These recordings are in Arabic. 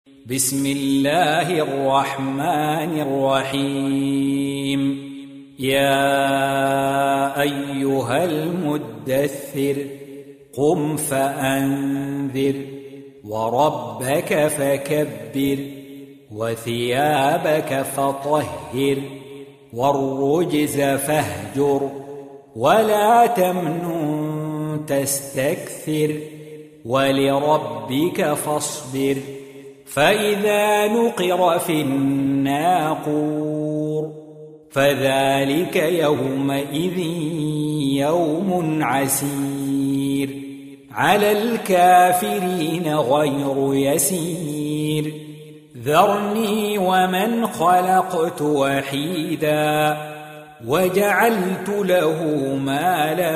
بسم الله الرحمن الرحيم. يا أيها المدثر قم فأنذر وربك فكبر وثيابك فطهر والرجز فاهجر ولا تمنن تستكثر ولربك فاصبر. فإذا نقر في الناقور فذلك يومئذ يوم عسير على الكافرين غير يسير. ذرني ومن خلقت وحيدا وجعلت له مالا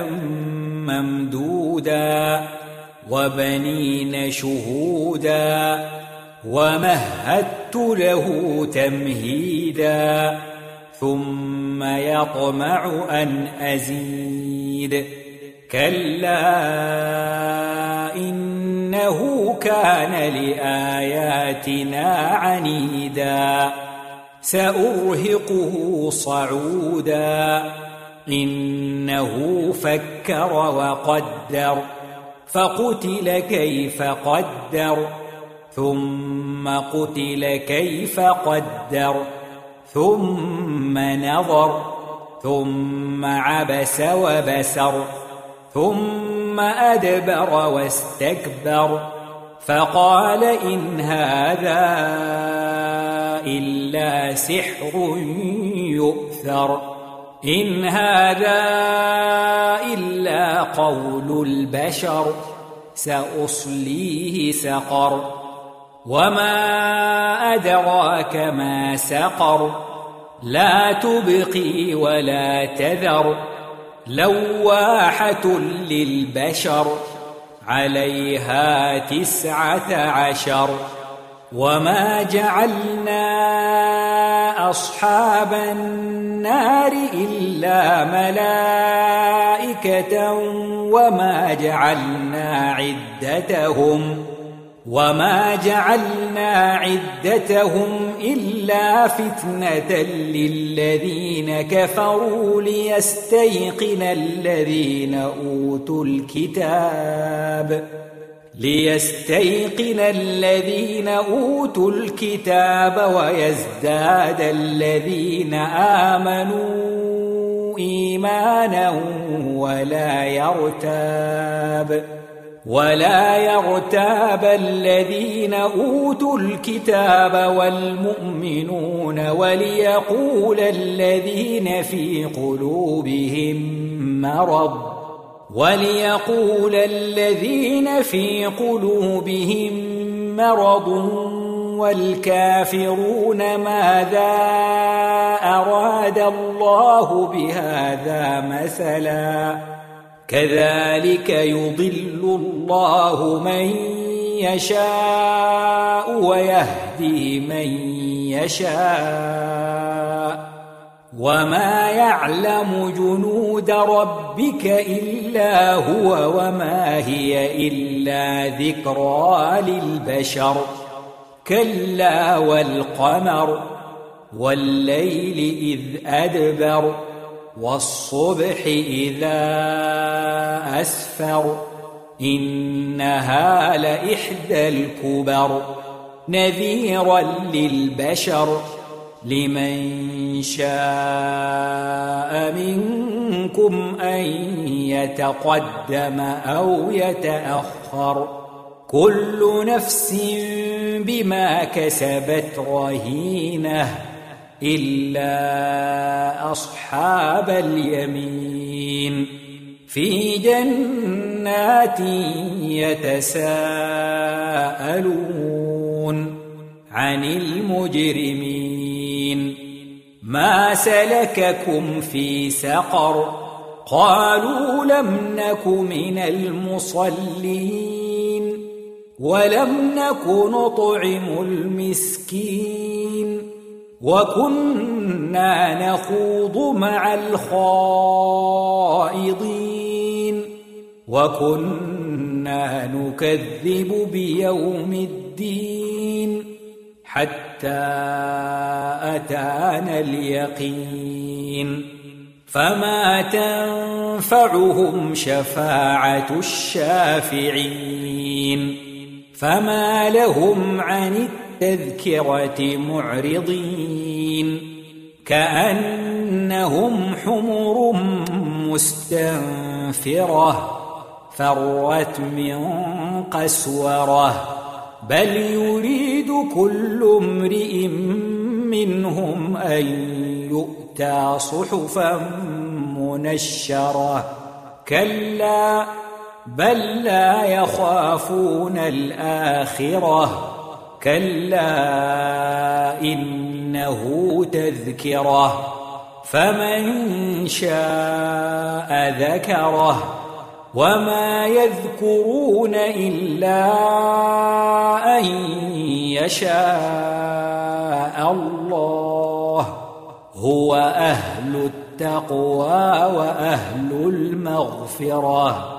ممدودا وبنين شهودا ومهدت له تمهيدا ثم يطمع أن أزيد. كلا إنه كان لآياتنا عنيدا سأرهقه صعودا. إنه فكر وقدر فقتل كيف قدر ثم قتل كيف قدر ثم نظر ثم عبس وبسر ثم أدبر واستكبر فقال إن هذا إلا سحر يؤثر. إن هذا إلا قول البشر سأصليه سقر وما أدراك ما سقر. لا تبقي ولا تذر لواحة للبشر عليها 19. وما جعلنا أصحاب النار إلا ملائكة وما جعلنا عدتهم إلا فتنة للذين كفروا ليستيقن الذين أوتوا الكتاب ويزداد الذين آمنوا إيمانا ولا يرتاب الذين أوتوا الكتاب والمؤمنون وليقول الذين في قلوبهم مرض والكافرون ماذا أراد الله بهذا مثلا. كذلك يضل الله من يشاء ويهدي من يشاء وما يعلم جنود ربك إلا هو وما هي إلا ذكرى للبشر. كلا والقمر والليل إذ أدبر والصبح إذا أسفر إنها لإحدى الكبر نذيرا للبشر لمن شاء منكم أن يتقدم أو يتأخر. كل نفس بما كسبت رهينة إلا أصحاب اليمين في جنات يتساءلون عن المجرمين. ما سلككم في سقر قالوا لم نك من المصلين ولم نك نطعم المسكين وكنا نخوض مع الخائضين وكنا نكذب بيوم الدين حتى أتانا اليقين فما تنفعهم شفاعة الشافعين فما لهم عن التذكرة معرضين كأنهم حمر مستنفرة فرت من قسورة بل يريد كل امرئ منهم أن يؤتى صحفا منشرة كلا بل لا يخافون الآخرة كلا إنه تذكرة فمن شاء ذكره وما يذكرون إلا أن يشاء الله هو أهل التقوى وأهل المغفرة